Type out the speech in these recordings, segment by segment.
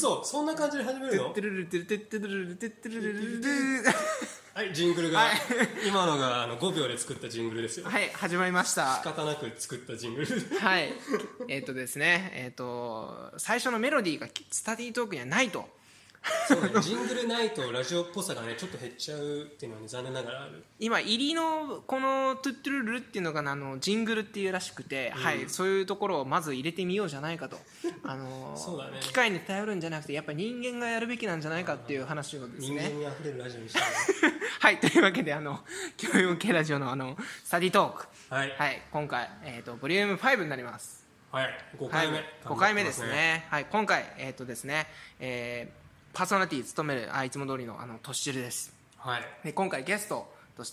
嘘、そんな感じで始めるの？ トゥルルトゥルトゥトゥルルトゥトゥルルルルルはい、ジングルが、今のが5秒で作ったジングルですよ。 はい、始まりました。 仕方なく作ったジングル。 はい、ですね、最初のメロディーがスタディートークにはないと。 そうね、ジングルないとラジオっぽさがねちょっと減っちゃうっていうのは、ね、残念ながらある。 今入りのこのトゥットゥルルルっていうのがジングルっていうらしくて、はい、そういうところをまず入れてみようじゃないかとそうだね、 機械に頼るんじゃなくてやっぱり人間がやるべきなんじゃないかっていう話をですね、 人間にあふれるラジオにしたいはい、というわけで教養系ラジオのスタディトーク、 はい、 はい、今回、ボリューム5になります。 はい、5回目、 はい、5回目ですね。はい、今回ですね、パーソナリティ務めるいつも通りのとしじるです。 はい、 で今回ゲストとして、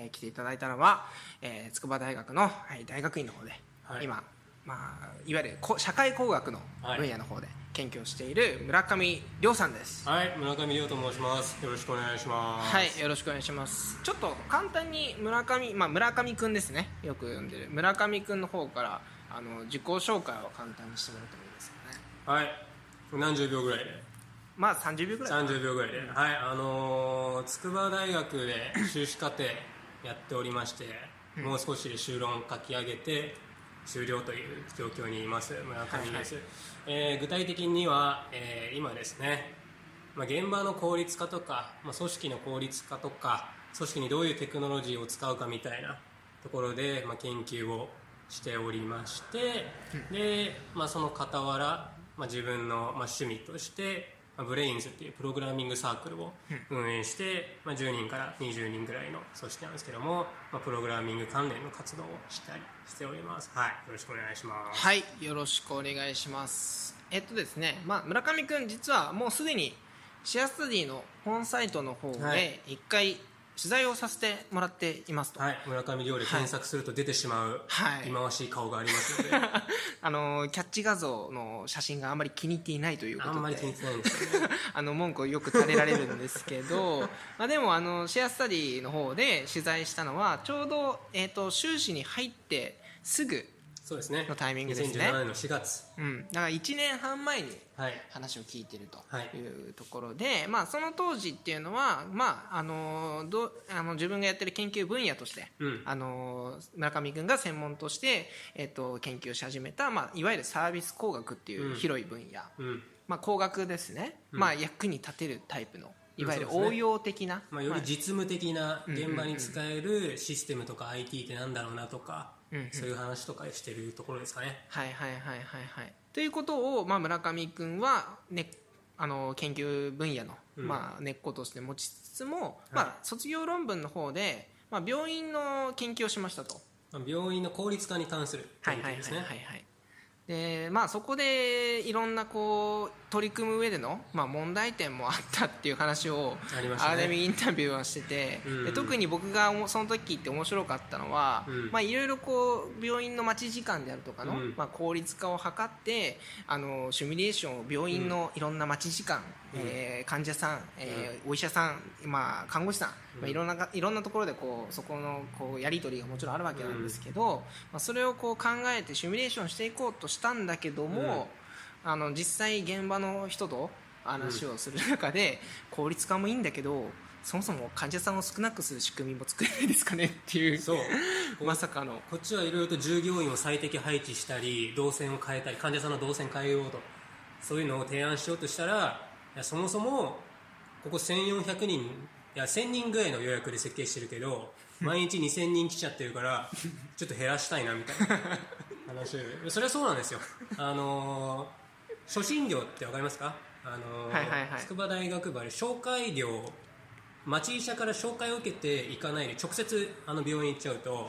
来ていただいたのは、筑波大学の、はい、大学院の方で、はい、今、いわゆる社会工学の分野の方で研究をしている村上亮さんです。 はい、村上亮と申します。よろしくお願いします。 はい、よろしくお願いします。ちょっと簡単に村上くんですね、よく呼んでる村上くんの方から自己紹介を簡単にしてもらってもいいですかね。 はい、何十秒ぐらいで。 30秒ぐらい 30秒ぐらいで、はい、筑波大学で修士課程やっておりまして、もう少しで修論書き上げて終了という状況にいます村上です。具体的には、今ですね、現場の効率化とか、組織の効率化とか、組織にどういうテクノロジーを使うかみたいなところで、研究をしておりまして、で、その傍ら、自分の、趣味としてブレインズっていうプログラミングサークルを運営して、10人から20人ぐらいの組織なんですけども、プログラミング関連の活動をしたりしております。はい、よろしくお願いします。 はい、よろしくお願いします。ですね、村上くん実はもうすでにシェアスタディの本サイトの方で1回取材をさせてもらっていますと。 はい、村上亮で検索すると出てしまう忌まわしい顔がありますので、 キャッチ画像の写真があんまり気に入っていないということで、 あんまり気に入ってないんですよね文句をよく垂れられるんですけどでもシェアスタディの方で取材したのはちょうど、修士に入ってすぐのタイミングですね。 2017年の4月、 だから1年半前に話を聞いてるというところで、その当時っていうのは、自分がやってる研究分野として、村上君が専門として、研究し始めた、いわゆるサービス工学っていう広い分野、工学ですね、役に立てるタイプのいわゆる応用的な、 より実務的な現場に使えるシステムとか IT ってなんだろうなとか、そういう話とかしてるところですかね。 はいはいはいはいはい。ということを、村上君は、ね、研究分野の、根っことして持ちつつも、卒業論文の方で、病院の研究をしましたと。 病院の効率化に関する研究ですね。 はいはいはいはい。でそこでいろんな取り組む上での、問題点もあったっていう話をアカデミーインタビューはしてて、で特に僕がその時って面白かったのは、いろいろ病院の待ち時間であるとかの、効率化を図ってシミュレーションを病院のいろんな待ち時間、患者さん、お医者さん、看護師さん、いろんなところでそこのやり取りがもちろんあるわけなんですけど、それを考えてシミュレーションしていこうとしたんだけども、実際現場の人と話をする中で、効率化もいいんだけどそもそも患者さんを少なくする仕組みも作れないですかねっていう、そうまさかのこっちはいろいろと従業員を最適配置したり動線を変えたり患者さんの動線変えようとそういうのを提案しようとしたら、そもそもここ1400人1000人ぐらいの予約で設計してるけど毎日2000人来ちゃってるからちょっと減らしたいなみたいな話で、それはそうなんですよ。初診料って分かりますか？筑波大学部は紹介料、町医者から紹介を受けて行かないで直接病院行っちゃうと、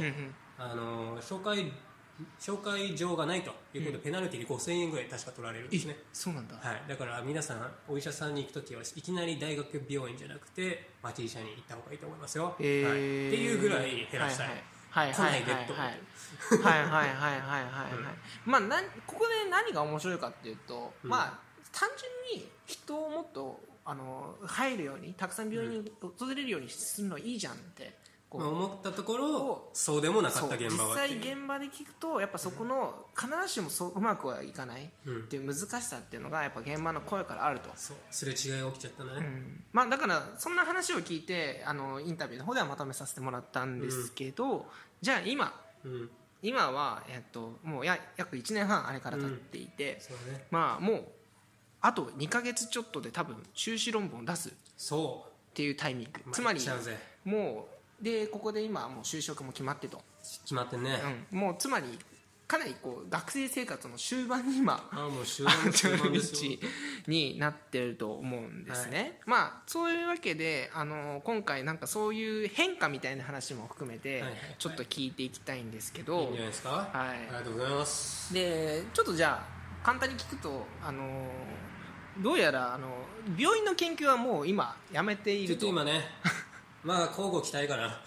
紹介状がないということで、ペナルティで5000円ぐらい確か取られるんですね。 そうなんだ。 はい、だから皆さんお医者さんに行くときはいきなり大学病院じゃなくて町医者に行った方がいいと思いますよ。っていうぐらい減らしたい。来ないでと。 はいはいはいはいはいはい。ここで何が面白いかっていうと、単純に人をもっと入るようにたくさん病院に訪れるようにするのいいじゃんってこう思ったところそうでもなかった現場は実際現場で聞くとやっぱそこの必ずしもうまくはいかないっていう難しさっていうのがやっぱ現場の声からあると、 そうすれ違いが起きちゃったね、 まあ、だからそんな話を聞いてインタビューの方ではまとめさせてもらったんですけど、じゃあ今は、もう約1年半あれから経っていて、まあもうあと2ヶ月ちょっとで多分修士論文を出すっていうタイミング、つまりもうでここで今もう就職も決まってと決まってね、 もうつまりかなりこう学生生活の終盤に今もう終盤ですよになってると思うんですね、まあそういうわけで今回なんかそういう変化みたいな話も含めてちょっと聞いていきたいんですけど、 いいんじゃないですか、ありがとうございます。 でちょっとじゃあ簡単に聞くとどうやら病院の研究はもう今やめていると。 ちょっと今ねまあ交互期待かな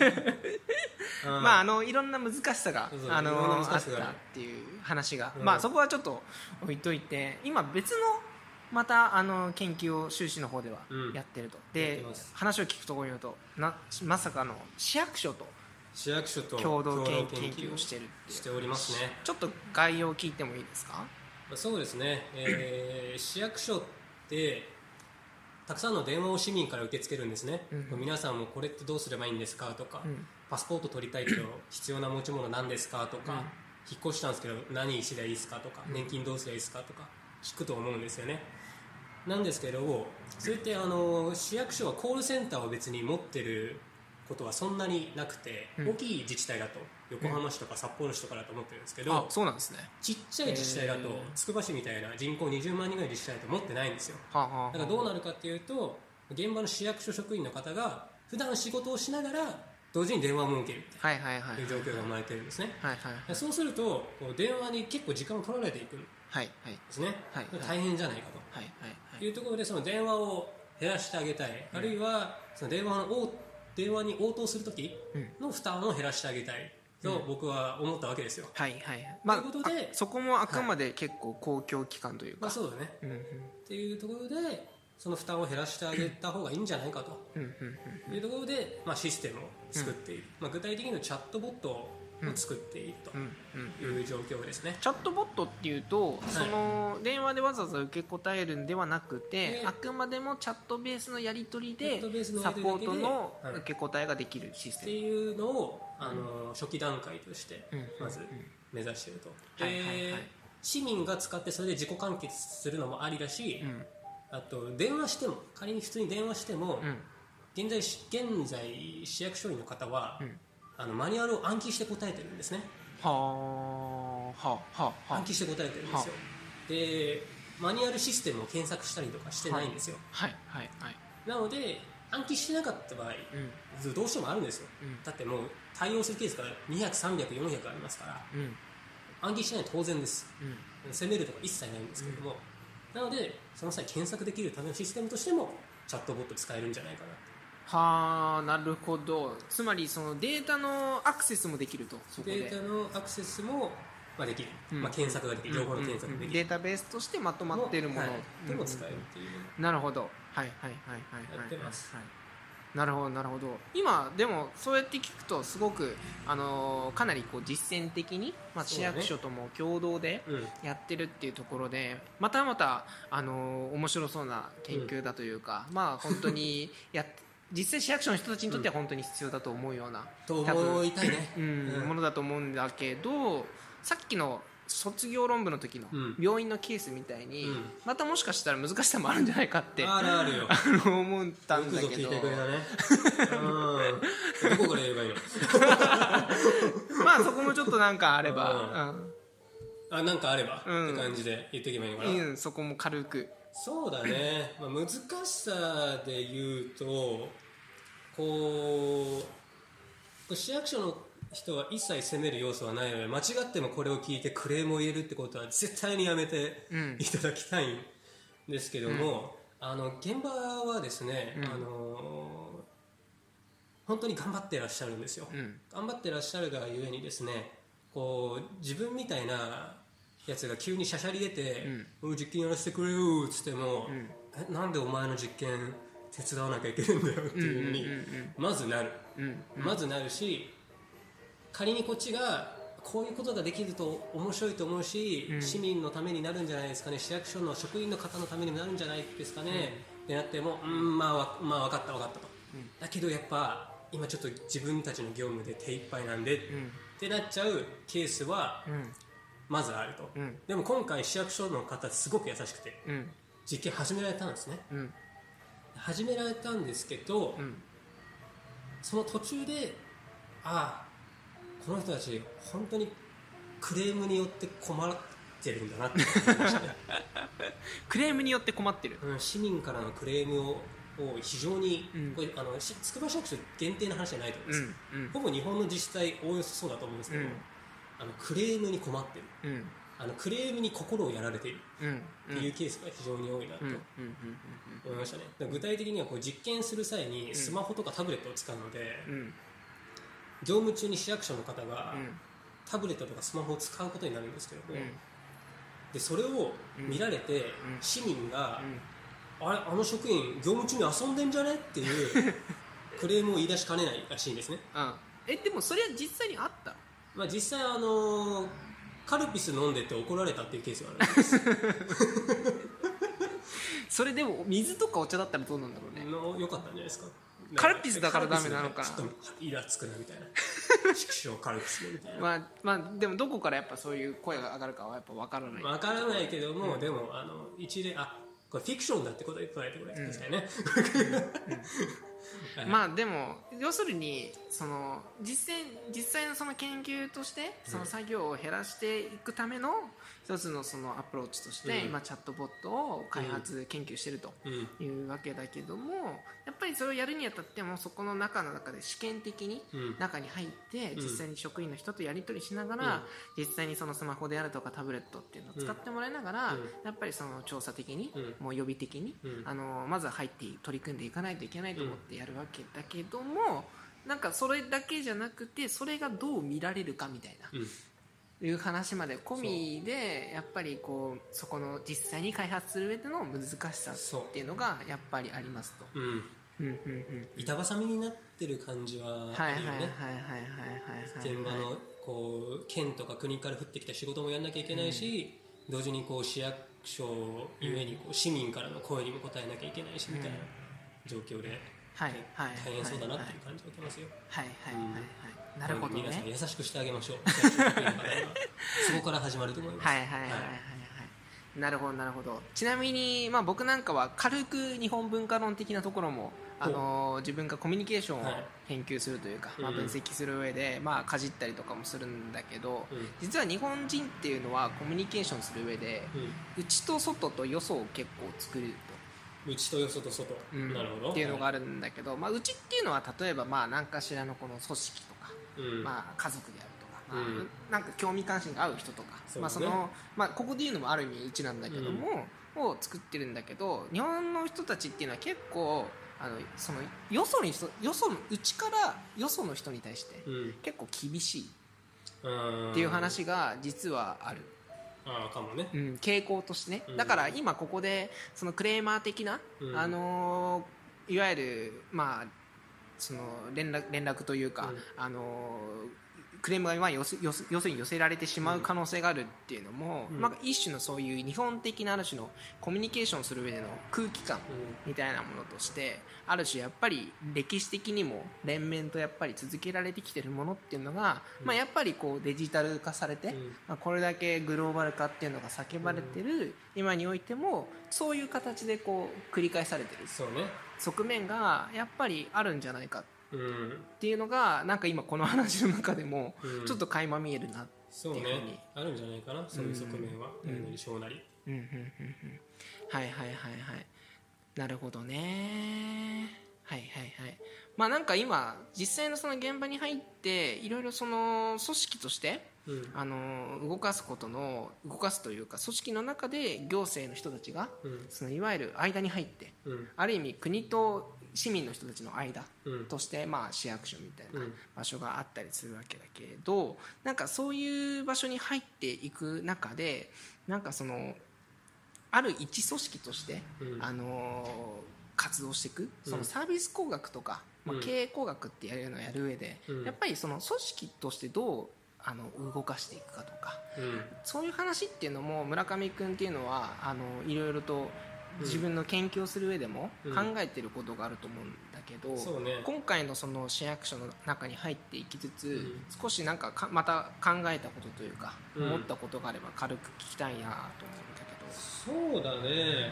まあいろんな難しさがあったっていう話が、まあそこはちょっと置いといて、今別のまた研究を修士の方ではやってると、で話を聞くところによるとまさかの市役所と共同研究をしてるってしておりますね。 ちょっと概要を聞いてもいいですか？ そうですね、市役所ってたくさんの電話を市民から受け付けるんですね、皆さんもこれってどうすればいいんですかとか、パスポート取りたいけど必要な持ち物何ですかとか、引っ越したんですけど何すればいいですかとか、年金どうすればいいですかとか聞くと思うんですよね。なんですけどそれって市役所はコールセンターを別に持ってることはそんなになくて、大きい自治体だと横浜市とか札幌市とかだと思ってるんですけど、 そうなんですね。 ちっちゃい自治体だとつくば市みたいな人口20万人ぐらい自治体だと持ってないんですよ。だからどうなるかっていうと、現場の市役所職員の方が普段仕事をしながら同時に電話も受けるという状況が生まれてるんですね。そうすると電話に結構時間を取られていくんですね。大変じゃないかというところで、その電話を減らしてあげたい、あるいはその電話に応答するときの負担を減らしてあげたいと僕は思ったわけですよ。 まあ、ということでそこもあくまで結構公共機関というか、 そうだね、っていうところでその負担を減らしてあげた方がいいんじゃないかというところで、システムを作っている、具体的にはチャットボットを作っているという状況ですね。 チャットボットっていうと、その電話でわざわざ受け答えるんではなくて、あくまでもチャットベースのやり取りでサポートの受け答えができるシステムっていうのを初期段階としてまず目指していると。市民が使ってそれで自己完結するのもありだし、あと電話しても、仮に普通に電話しても、現在市役所員の方はマニュアルを暗記して答えてるんですね。暗記して答えてるんですよ。でマニュアルシステムを検索したりとかしてないんですよ。なので暗記してなかった場合、どうしてもあるんですよ。だってもう対応するケースが200、300、400ありますから、暗記しないと当然です、責めるとか一切ないんですけども、なのでその際検索できるためのシステムとしてもチャットボット使えるんじゃないかな。 なるほど。つまりそのデータのアクセスもできると。 データのアクセスもできる、検索ができる、情報の検索ができる、 データベースとしてまとまっているものでも使えるっていう。 なるほど。やってます。 なるほどなるほど。今でもそうやって聞くとすごくかなりこう実践的に、市役所とも共同でやってるっていうところで、また面白そうな研究だというか、本当に実際市役所の人たちにとっては本当に必要だと思うような、 と思いたいね、 ものだと思うんだけど、さっきの卒業論文の時の病院のケースみたいに、またもしかしたら難しさもあるんじゃないかってあるよ思ったんだけど、 聞いてくれたねどこから言えばいいのそこもちょっとなんかあれば、 なんかあればって感じで言っていけばいいのかな。 そこも軽く。 そうだね、難しさで言うと市役所の人は一切責める要素はないので、間違ってもこれを聞いてクレームを入れるってことは絶対にやめていただきたいんですけども、現場はですね、本当に頑張ってらっしゃるんですよ、頑張ってらっしゃるがゆえにですね、自分みたいなやつが急にしゃしゃり出て、実験やらせてくれよっつっても、なんでお前の実験手伝わなきゃいけないんだよっていうふうにまずなる、まずなるし、仮にこっちがこういうことができると面白いと思うし、市民のためになるんじゃないですかね、市役所の職員の方のためにもなるんじゃないですかね、ってなっても、まあ分かったと、だけどやっぱ今ちょっと自分たちの業務で手一杯なんで、ってなっちゃうケースはまずあると、でも今回市役所の方すごく優しくて、実験始められたんですね、始められたんですけど、その途中でこの人たち本当にクレームによって困ってるんだなって思いましたねクレームによって困ってる、 市民からのクレームを非常に、これつくば市役所限定の話じゃないと思うんです、ほぼ日本の自治体おおよそそうだと思うんですけど、クレームに困ってる、クレームに心をやられているっていうケースが非常に多いなと思いましたね。具体的にはこう実験する際にスマホとかタブレットを使うので、業務中に市役所の方がタブレットとかスマホを使うことになるんですけども、でそれを見られて市民が、あの職員業務中に遊んでんじゃねっていうクレームを言い出しかねないらしいんですね。 でもそれは実際にあった？ 実際カルピス飲んでって怒られたっていうケースがあるんですそれでも水とかお茶だったらどうなんだろうね。 よかったんじゃないですか。 カルピスだからダメなのかな。 ちょっとイラつくなみたいな畜生カルピスみたいなでもどこからやっぱそういう声が上がるかはやっぱ分からないけども、でも一例これフィクションだってことで捉えてくださいね、 でも要するにその実際のその研究としてその作業を減らしていくための一つのそのアプローチとして今チャットボットを開発研究しているというわけだけども、やっぱりそれをやるにあたってもそこの中で試験的に中に入って実際に職員の人とやり取りしながら実際にそのスマホであるとかタブレットっていうのを使ってもらいながらやっぱりその調査的にもう予備的にまずは入って取り組んでいかないといけないと思ってやるわけだけども、なんかそれだけじゃなくてそれがどう見られるかみたいな、いう話まで込みでやっぱりこうそこの実際に開発する上での難しさっていうのがやっぱりありますと。 板挟みになってる感じはあるよね。現場のこう県とか国から降ってきた仕事もやんなきゃいけないし、同時にこう市役所ゆえにこう市民からの声にも応えなきゃいけないしみたいな状況で大変そうだなっていう感じが受けますよ。 なるほどね。 皆さん優しくしてあげましょうそこから始まると思います。 なるほど。ちなみに、僕なんかは軽く日本文化論的なところも自分がコミュニケーションを研究するというか、分析する上で、かじったりとかもするんだけど、実は日本人っていうのはコミュニケーションする上で、内と外とよそを結構作ると。 内とよそと外、なるほどっていうのがあるんだけど、内っていうのは例えば何かしらのこの組織とか、家族であるとか、なんか興味関心が合う人とか、ここで言うのもある意味内なんだけども、を作ってるんだけど、日本の人たちっていうのは結構その内からよその人に対して結構厳しいっていう話が実はある。 かもね、 傾向としてね。だから今ここでそのクレーマー的な、いわゆるその連絡というか、クレームが要するに寄せられてしまう可能性があるっていうのも、一種のそういう日本的なある種のコミュニケーションする上での空気感みたいなものとして、ある種やっぱり歴史的にも連綿とやっぱり続けられてきてるものっていうのが、やっぱりこうデジタル化されて、これだけグローバル化っていうのが叫ばれてる今においても、そういう形でこう繰り返されてる側面がやっぱりあるんじゃないかっていうのが、なんか今この話の中でもちょっと垣間見えるなっていうふうに、 あるんじゃないかな、そういう側面は。小なり。 なるほどね。なんか今実際のその現場に入っていろいろその組織として動かすというか、組織の中で行政の人たちがそのいわゆる間に入って、ある意味国と市民の人たちの間として、市役所みたいな場所があったりするわけだけれど、なんかそういう場所に入っていく中で、なんかそのある一組織として、 活動していく、そのサービス工学とか、経営工学っていうのをやる上で、やっぱりその組織としてどう動かしていくかとか、そういう話っていうのも村上君っていうのはいろいろと自分の研究をする上でも考えてることがあると思うんだけど、今回のその市役所の中に入っていきつつ、少しなんかまた考えたことというか、思ったことがあれば軽く聞きたいなと思うんだけど。 そうだね、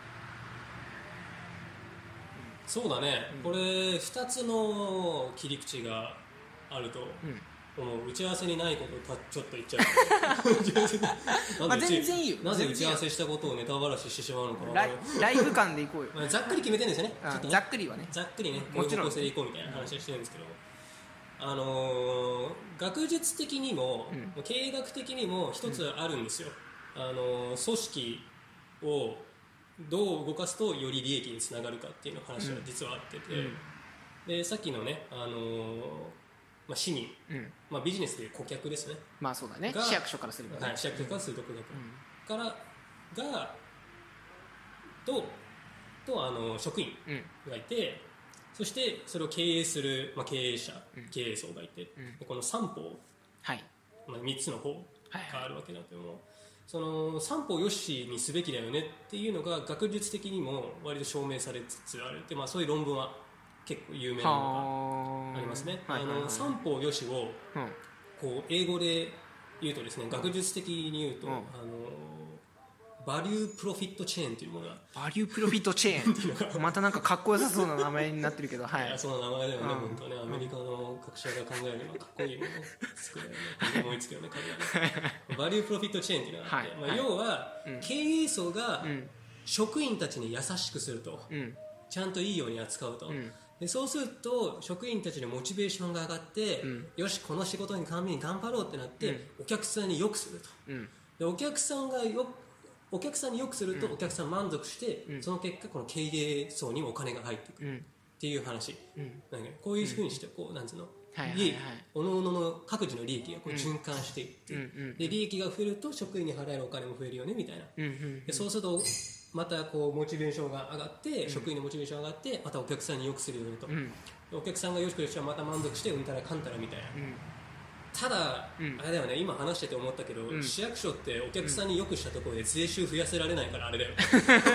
そうだね、これ2つの切り口があると、打ち合わせにないことをちょっと言っちゃう全然いいよ。 なぜ打ち合わせしたことをネタばらししてしまうのかライブ感でいこうよ。 ざっくり決めてるんですよね、ちょっとね、 ざっくりはね、 ざっくりね、こういう方向性でいこうみたいな話をしてるんですけど、学術的にも、経営学的にも一つあるんですよ、組織をどう動かすとより利益につながるかっていうの話が実はあってて、でさっきのね、市民、ビジネスでいう顧客ですね、 そうだね、市役所からすればね、 市役所からすると顧客、からと職員がいて、そしてそれを経営する、経営者、経営層がいて、この三方、3つの方があるわけだけども、その三方よしにすべきだよねっていうのが学術的にも割と証明されつつあるって、そういう論文は結構有名なのがありますね。三方よしをこう英語で言うとですね、学術的に言うと、バリュープロフィットチェーンというものが、 バリュープロフィットチェーンまたなんかかっこよさそうな名前になってるけど、 いやそうな名前だよね、本当ね、アメリカの各社が考えるのはかっこいいものを作るよね、思いつくよね、彼らね。バリュープロフィットチェーンというのがあって、要は、経営層が職員たちに優しくすると、ちゃんといいように扱うと、でそうすると職員たちのモチベーションが上がって、よしこの仕事に頑張ろうってなって、お客さんによくすると、でお客さんによくすると、お客さん満足して、その結果この経営層にもお金が入ってくるっていう話、こういうふうにしてこうなんつうの、利益、おのおのの各自の利益がこう循環していって、で利益が増えると職員に払えるお金も増えるよねみたいな、でそうするとまたこうモチベーションが上がって、職員のモチベーションが上がって、またお客さんによくするよねと、お客さんがよしくしたらまた満足してうんたらかんたらみたいな、ただ、あれだよね、今話してて思ったけど、市役所ってお客さんによくしたところで税収増やせられないからあれだよね。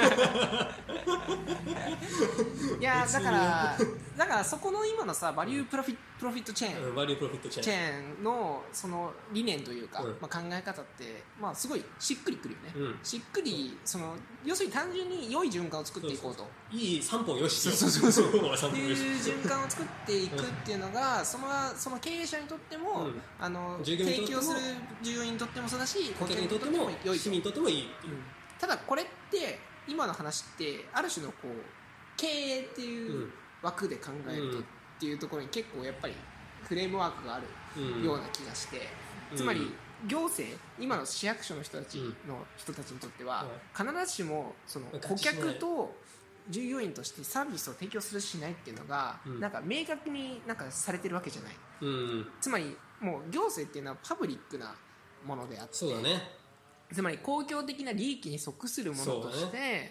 いやだからそこの今のさバリュープロフィットチェーン、 バリュープロフィットチェーンのその理念というか、考え方って、すごいしっくりくるよね、しっくり要するに単純に良い循環を作っていこうと、 いい三方よしっていう循環を作っていくっていうのがその経営者にとっても、提供する従業員にとってもそうだし、 顧客にとっても良い、市民にとってもいいっていう、 ただこれって今の話ってある種のこう経営っていう枠で考えるとっていうところに結構やっぱりフレームワークがあるような気がして、つまり行政、今の市役所の人たちにとっては必ずしもその顧客と従業員としてサービスを提供するしないっていうのがなんか明確になんかされてるわけじゃない、つまりもう行政っていうのはパブリックなものであって、 そうだね、 つまり公共的な利益に属するものとして、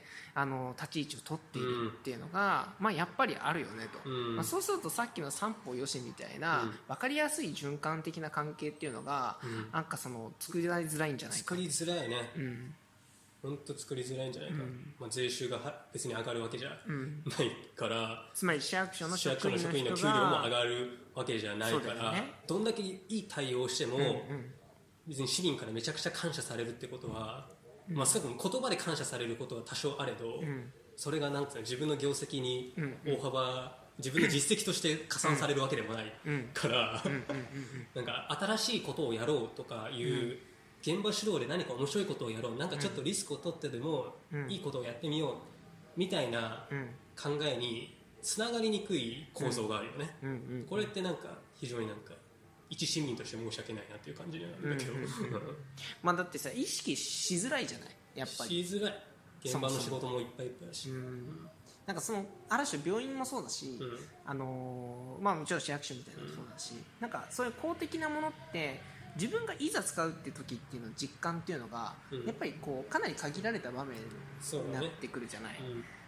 立ち位置を取っているっていうのが、やっぱりあるよねと、そうするとさっきの三方よしみたいな、分かりやすい循環的な関係っていうのが、なんか作りづらいんじゃないか、 作りづらいね、本当作りづらいんじゃないか、税収が別に上がるわけじゃないから、 つまり市役所の職員の給料も上がるわけじゃないから、どんだけいい対応をしても、別に市民からめちゃくちゃ感謝されるってことは、少なくとも言葉で感謝されることは多少あれど、それがなんていうの、自分の業績に大幅、自分の実績として加算されるわけでもないから、なんか新しいことをやろうとかいう、現場主導で何か面白いことをやろう、なんかちょっとリスクを取ってでもいいことをやってみようみたいな考えにつながりにくい構造があるよね。これってなんか非常になんか一市民として申し訳ないなっていう感じになるんだけど、 だってさ意識しづらいじゃない、やっぱりしづらい、現場の仕事もいっぱいいっぱいだし、 なんかある種病院もそうだし、もちろん市役所みたいなのもそうだし、なんかそういう公的なものって自分がいざ使うって時っていうの実感っていうのが、やっぱりこうかなり限られた場面になってくるじゃない、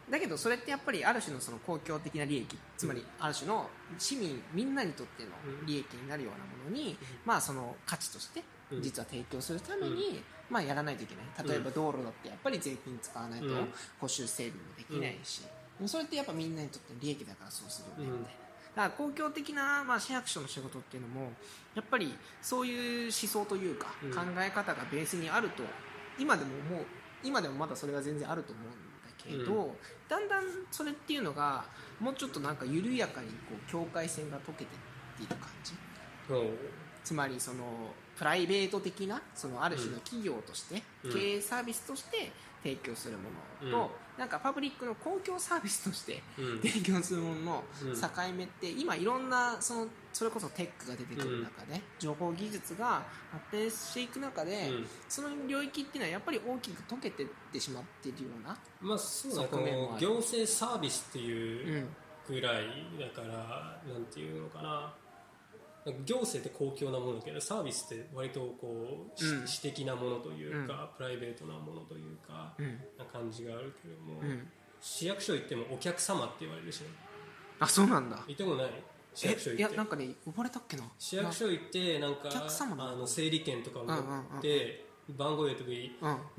だけどそれってやっぱりある種のその公共的な利益、つまりある種の市民みんなにとっての利益になるようなものに、まあ、その価値として実は提供するために、まあ、やらないといけない。例えば道路だってやっぱり税金使わないと補修整備もできないし、それってやっぱみんなにとっての利益だからそうするよねみたいな。だから公共的な、まあ、市役所の仕事っていうのもやっぱりそういう思想というか考え方がベースにあると、今でもまだそれは全然あると思うんだけど、だんだんそれっていうのがもうちょっとなんか緩やかにこう境界線が解けていっている感じ。つまりそのプライベート的なそのある種の企業として経営サービスとして提供するものと、なんかパブリックの公共サービスとして提供するものの境目って今いろんなそれこそテックが出てくる中で情報技術が発展していく中で、その領域っていうのはやっぱり大きく溶けていってしまっているような、 まあそうだ、この行政サービスっていうぐらいだから、なんていうのかな、行政って公共なものだけどサービスって割とこう、私的なものというか、プライベートなものというか、な感じがあるけども、市役所行ってもお客様って言われるしね。 あ、そうなんだ。 行ってもない市役所行って。 いやなんかね呼ばれたっけな。 市役所行ってなんか整理券とかを持って番号入れた時に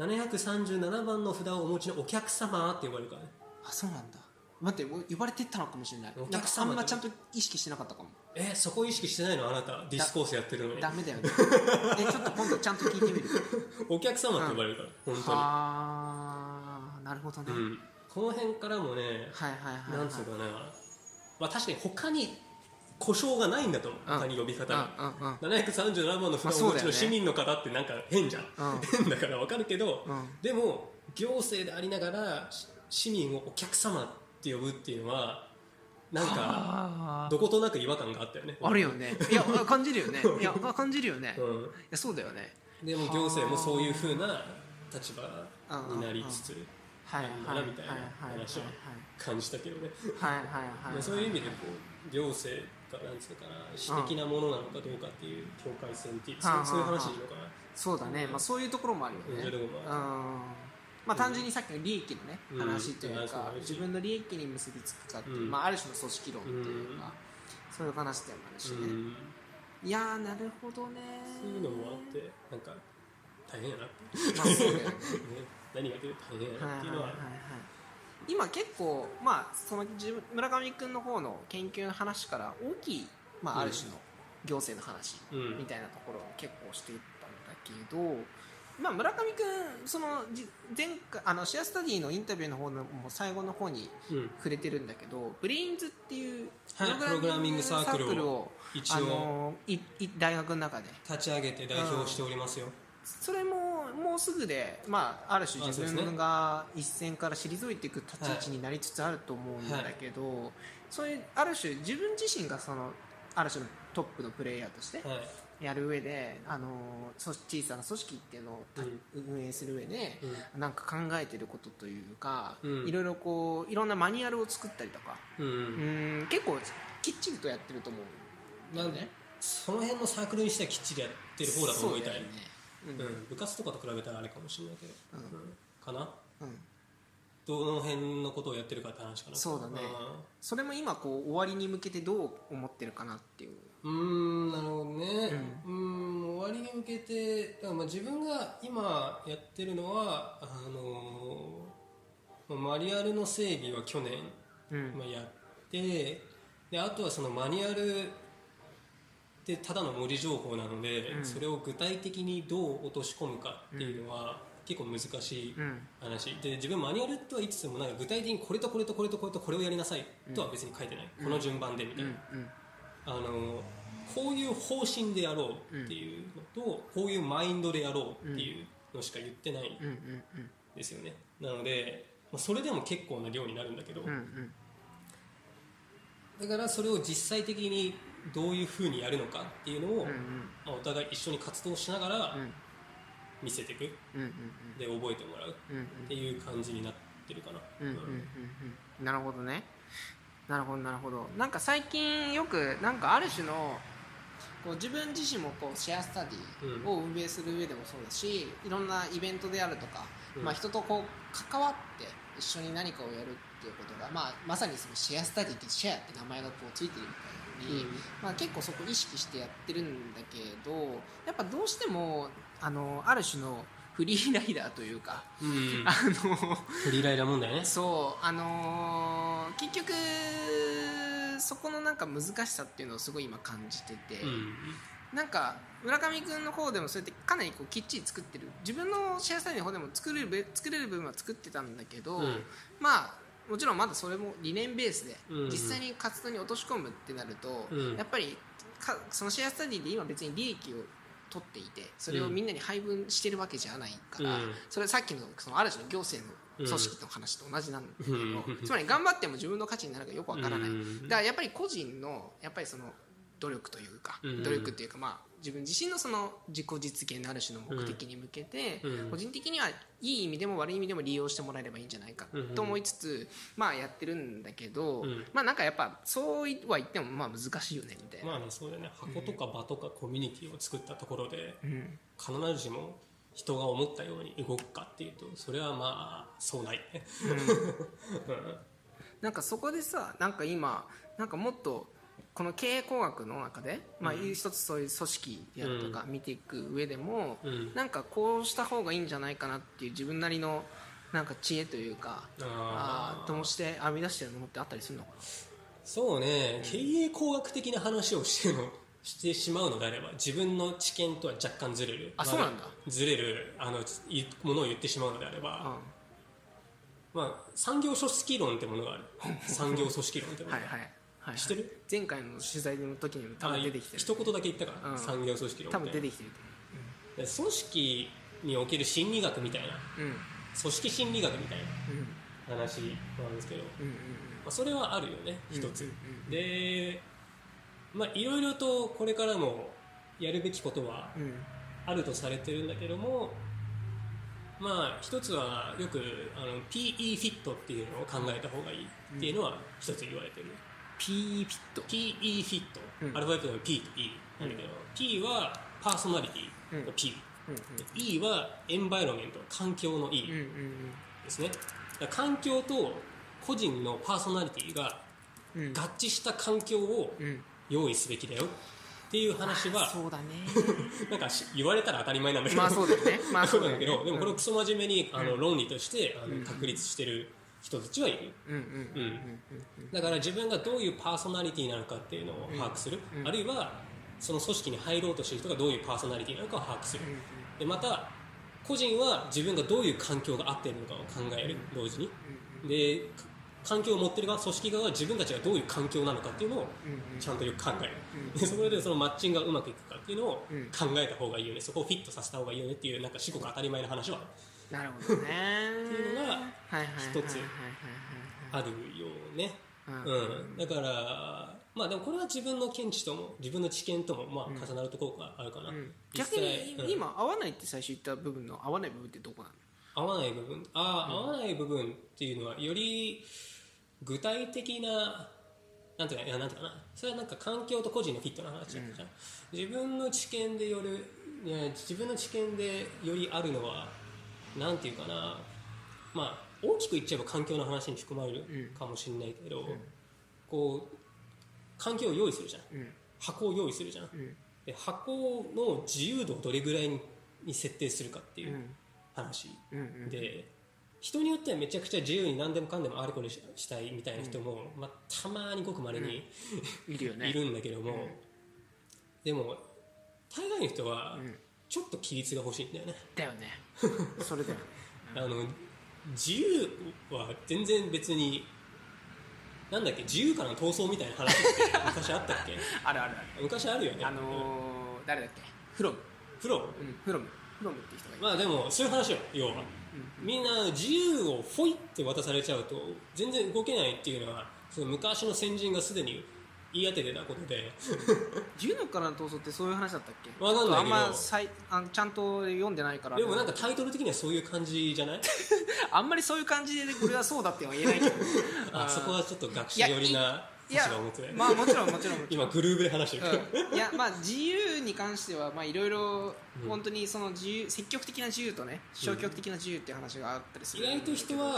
737番の札をお持ちのお客様って呼ばれるからね。 あ、そうなんだ。待って、呼ばれてったのかもしれない。なんかあんまちゃんと意識してなかったかも。 そこ意識してないのあなた。ディスコースやってるのに。 ダメだよね。ちょっと今度ちゃんと聞いてみる。 お客様って呼ばれるから、本当に。 ああ、なるほどね。 この辺からもね、なんつうかな、まあ確かに他に故障がないんだと思う。他に呼び方が。737番の札をお持ちの市民の方ってなんか変じゃん。変だからわかるけど、でも行政でありながら市民をお客様って呼ぶっていうのはなんかどことなく違和感があったよね。 あるよね。いや感じるよね。いや感じるよね。いやそうだよね。 でも行政もそういう風な立場になりつつあるんだなみたいな話を感じたけどね。そういう意味でこう行政がなんつうかな、私的なものなのかどうかっていう境界線っていうそういう話でいいのかな。 そうだね。まあそういうところもあるよね。まあ単純にさっきの利益のね話というか、自分の利益に結びつくかっていう、まあある種の組織論というか、そういう話でもあるしね。いやーなるほどね。 そういうのもあってなんか大変やなって。 まあそうだよね。 何が出る大変やなっていうのは。 今結構まあその村上君の方の研究の話から大きい、まあある種の行政の話みたいなところを結構していったんだけど。まあ、村上君その前回シェアスタディのインタビューの方のも最後の方に触れてるんだけど、ブレインズっていうプログラミングサークルを一応大学の中で立ち上げて代表しておりますよ。 それももうすぐで、まあ、ある種自分が一線から退いていく立ち位置になりつつあると思うんだけど、そういうある種自分自身がそのある種のトップのプレイヤーとしてやる上で、小さな組織っていうのを運営する上で、なんか考えてることというか、いろいろこういろんなマニュアルを作ったりとか、結構きっちりとやってると思う。 なんでその辺のサークルにしてはきっちりやってる方だと思いたい。部活とかと比べたらあれかもしれないけど、かな。どの辺のことをやってるかって話かな。 そうだね。それも今こう終わりに向けてどう思ってるかなっていう。 なるほどね。終わりに向けて、まあ自分が今やってるのはマニュアルの整備は去年、やってで、あとはそのマニュアルってただの文字情報なので、それを具体的にどう落とし込むかっていうのは、結構難しい話、で自分マニュアルとは言いつつもなんか具体的にこれとこれとこれとこれとこれをやりなさいとは別に書いてない、この順番でみたいな、こういう方針でやろうっていうのと、こういうマインドでやろうっていうのしか言ってないんですよね。なのでそれでも結構な量になるんだけど、だからそれを実際的にどういうふうにやるのかっていうのを、お互い一緒に活動しながら見せていく、で覚えてもらうっていう感じになってるかな。 なるほどね。なるほどなるほど。なんか最近よくなんかある種のこう自分自身もこうシェアスタディを運営する上でもそうだし、いろんなイベントであるとか、人とこう関わって一緒に何かをやるっていうことが、まさにそのシェアスタディってシェアって名前がこうついてるみたいに、結構そこ意識してやってるんだけど、やっぱどうしてもある種のフリーライダーというか、 フリーライダー問題ね。 そう結局そこのなんか難しさっていうのをすごい今感じてて、なんか村上君の方でもそうやってかなりこうきっちり作ってる、自分のシェアスタイルの方でも作れる部分は作ってたんだけど、もちろんまだそれも理念ベースで実際に活動に落とし込むってなると、やっぱりそのシェアスタディで今別に利益を取っていてそれをみんなに配分してるわけじゃないから、それさっきのそのある種の行政の組織の話と同じなんだけど、つまり頑張っても自分の価値になるかよくわからない。だからやっぱり個人のやっぱりその努力というか、自分自身のその自己実現のある種の目的に向けて、個人的にはいい意味でも悪い意味でも利用してもらえればいいんじゃないかと思いつつ、やってるんだけど、なんかやっぱそうは言っても難しいよねみたいな。 そうだね。箱とか場とかコミュニティを作ったところで、必ずしも人が思ったように動くかっていうと、それはそうないね。 なんかそこでさ、なんか今なんかもっとこの経営工学の中で、一つそういう組織であるとか見ていく上でも、なんかこうした方がいいんじゃないかなっていう自分なりのなんか知恵というか、として編み出してるものってあったりするのかな。そうね、経営工学的な話をしてしまうのであれば、自分の知見とは若干ずれる。 そうなんだ。 ずれるものを言ってしまうのであれば、産業組織論ってものがある。産業組織論ってものがある。知ってる？ 前回の取材の時にも多分出てきてる。 一言だけ言ったから、産業組織論多分出てきてると思う。組織における心理学みたいな、組織心理学みたいな話なんですけど、それはあるよね、一つ。で、いろいろとこれからもやるべきことはあるとされてるんだけども、一つはよくPE フィットっていうのを考えた方がいいっていうのは一つ言われてる。 PE フィット、 PE フィット、アルファベットの P と E なんだけど、P はパーソナリティの P、E はエンバイロメント、環境の E ですね。だから環境と個人のパーソナリティが合致した環境を用意すべきだよっていう話は、 そうだねなんか言われたら当たり前なんだけど、 そうだね、 そうなんだけど、でもこれをクソ真面目に論理として確立してる人たちはいる。だから自分がどういうパーソナリティなのかっていうのを把握する、あるいはその組織に入ろうとしている人がどういうパーソナリティなのかを把握する。でまた個人は自分がどういう環境が合っているのかを考える、同時に。で環境を持っている側、組織側は自分たちがどういう環境なのかっていうのをちゃんとよく考える。でそれでそのマッチングがうまくいくかっていうのを考えた方がいいよね、そこをフィットさせた方がいいよねっていう、なんか至極当たり前の話はなるほどねっていうのが一つあるよね。だからでもこれは自分の見地とも自分の知見とも重なるところがあるかな。 逆に今合わないって最初言った部分の合わない部分ってどこなの？ 合わない部分、合わない部分っていうのはより具体的な、なんていうかな、それはなんか環境と個人のフィットの話だったじゃん。自分の知見でよりあるのはなんていうかな、大きく言っちゃえば環境の話に含まれるかもしれないけど、こう環境を用意するじゃん、箱を用意するじゃん、で箱の自由度をどれぐらいに設定するかっていう話、で人によってはめちゃくちゃ自由に何でもかんでもあれこれしたいみたいな人も、たまにごくまれに、いるんだけども、でも大概の人はちょっと規律が欲しいんだよね。 だよねそれだよね自由は全然別になんだっけ、自由からの闘争みたいな話って昔あったっけある昔あるよね。 誰だっけ、フロムっていう人がいる。 でもそういう話よ、要は、みんな自由をフォイって渡されちゃうと全然動けないっていうのは、その昔の先人がすでに言い当ててたことで自由のからの闘争ってそういう話だったっけ？ わかんないけど、 ちゃんと読んでないから。 でもなんかタイトル的にはそういう感じじゃないあんまりそういう感じでこれはそうだっては言えないけどそこはちょっと学者寄りな立場を持つね。 もちろん今グルーブで話してるけど、 自由に関してはいろいろ本当にその積極的な自由とね消極的な自由っていう話があったりする。 意外と人は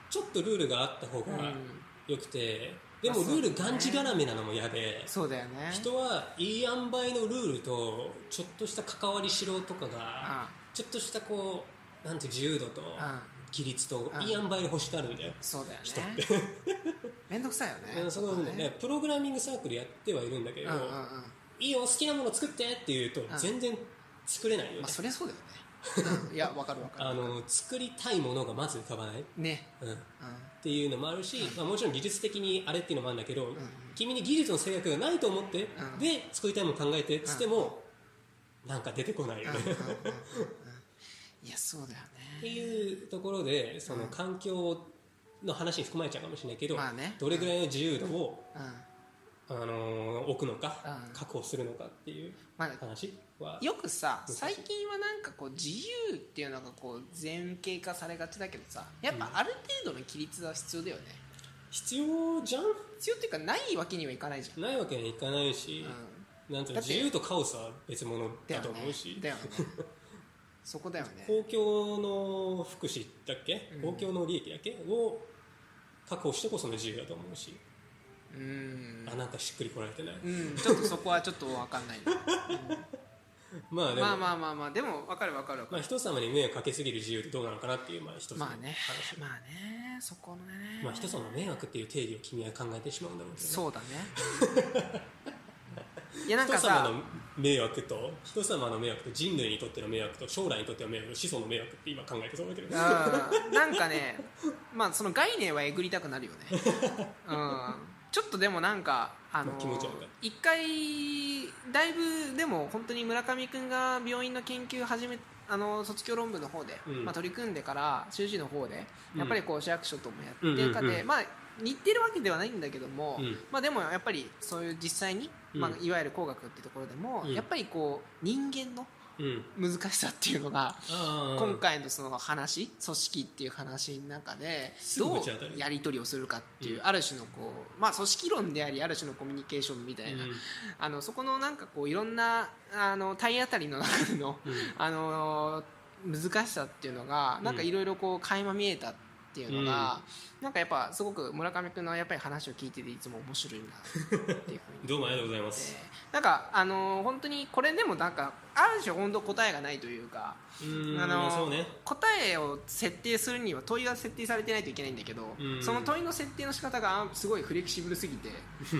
ちょっとルールがあった方がよくて、でもルールがんじがらめなのも嫌で、 そうだよね、 人はいい塩梅のルールとちょっとした関わりしろとかがちょっとしたこうなんて自由度と規律といい塩梅で欲しがるんだよ、 そうだよね、 人ってめんどくさいよねそこね、プログラミングサークルやってはいるんだけど、いいよ好きなもの作ってって言うと全然作れないよね、 まあそりゃそうだよねいや分かる作りたいものがまず浮かばないね、 っていうのもあるし、もちろん技術的にあれっていうのもあるんだけど、君に技術の制約がないと思って、で作りたいもの考えてっつっても、なんか出てこないよねいやそうだよねっていうところでその環境の話に含まれちゃうかもしれないけど、どれぐらいの自由度を、置くのか、確保するのかっていう話は、 よくさ最近はなんかこう自由っていうのがこう前傾化されがちだけどさ、やっぱある程度の規律は必要だよね、 必要じゃん、 必要っていうかないわけにはいかないじゃん、 ないわけにはいかないし、なんていうの自由とカオスは別物だと思うし、 だよねそこだよね、 公共の福祉だっけ、公共の利益だっけを確保してこその自由だと思うし、なんかしっくりこられてない、 ちょっとそこはちょっと分かんない、 まあでも分かる人様に迷惑かけすぎる自由ってどうなのかなっていう一つの話、 そこのね、 人様の迷惑っていう定義を君は考えてしまうんだろうけどね、 そうだねいやなんかさ、 人様の迷惑と人類にとっての迷惑と将来にとっての迷惑と子孫の迷惑って今考えてそうだけど、 なんかねその概念はえぐりたくなるよねちょっとでもなんか気持ち悪い一回だいぶでも本当に村上君が病院の研究始め卒業論文の方で、取り組んでから修士の方でやっぱりこう市役所ともやってるかで、似てるわけではないんだけども、でもやっぱりそういう実際に、いわゆる工学っていうところでも、やっぱりこう人間の難しさっていうのが、今回のその話組織っていう話の中でどうやり取りをするかっていう、ある種のこう、組織論でありある種のコミュニケーションみたいな、そこのなんかこういろんな体当たりの中での、難しさっていうのがなんかいろいろこう垣間見えたっていうのが、なんかやっぱすごく村上君のやっぱり話を聞いてていつも面白いなっていうふうにどうもありがとうございます。 なんか本当にこれでもなんかある種本当答えがないというか、 そうね、 答えを設定するには問いが設定されてないといけないんだけど、その問いの設定の仕方がすごいフレキシブルすぎて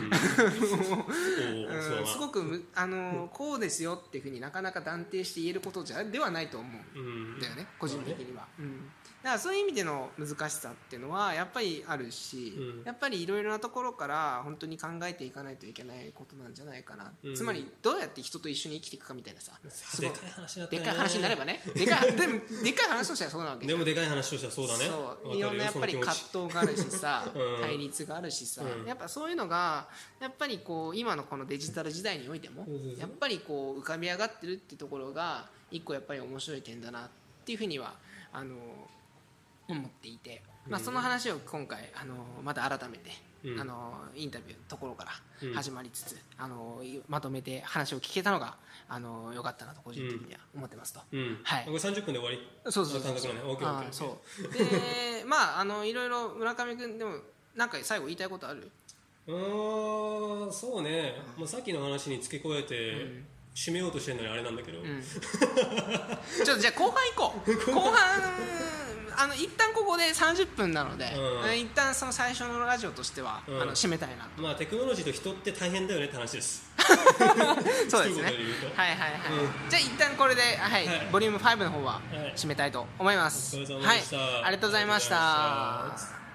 すごくこうですよっていうふうになかなか断定して言えることではないと思うんだよね、個人的には。だからそういう意味での難しさっていうのはやっぱりあるし、やっぱりいろいろなところから本当に考えていかないといけないことなんじゃないかな、つまりどうやって人と一緒に生きていくかみたいなさ、 でかい話だったね。 でかい話になればね、でかい話としてはそうなわけでもでかい話としてはそうだね。 そういろんなやっぱり葛藤があるしさ対立があるしさ、やっぱそういうのがやっぱりこう今のこのデジタル時代においてもやっぱりこう浮かび上がってるっていうところが一個やっぱり面白い点だなっていうふうには思っていて、その話を今回また改めて、インタビューのところから始まりつつ、まとめて話を聞けたのが良かったなと個人的には思ってますと。 はい。これ30分で終わり。 そう感覚のね。 そうでいろいろ村上君でもなんか最後言いたいことある？ そうね。さっきの話に付け加えて締めようとしてるのにあれなんだけど。 ちょっとじゃあ後半行こう。後半一旦ここで30分なので、一旦その最初のラジオとしては締めたいなと。 テクノロジーと人って大変だよねって話です。 そうですね。はい。じゃあ一旦これでボリューム5の方は締めたいと思います。 はい、 ありがとうございました。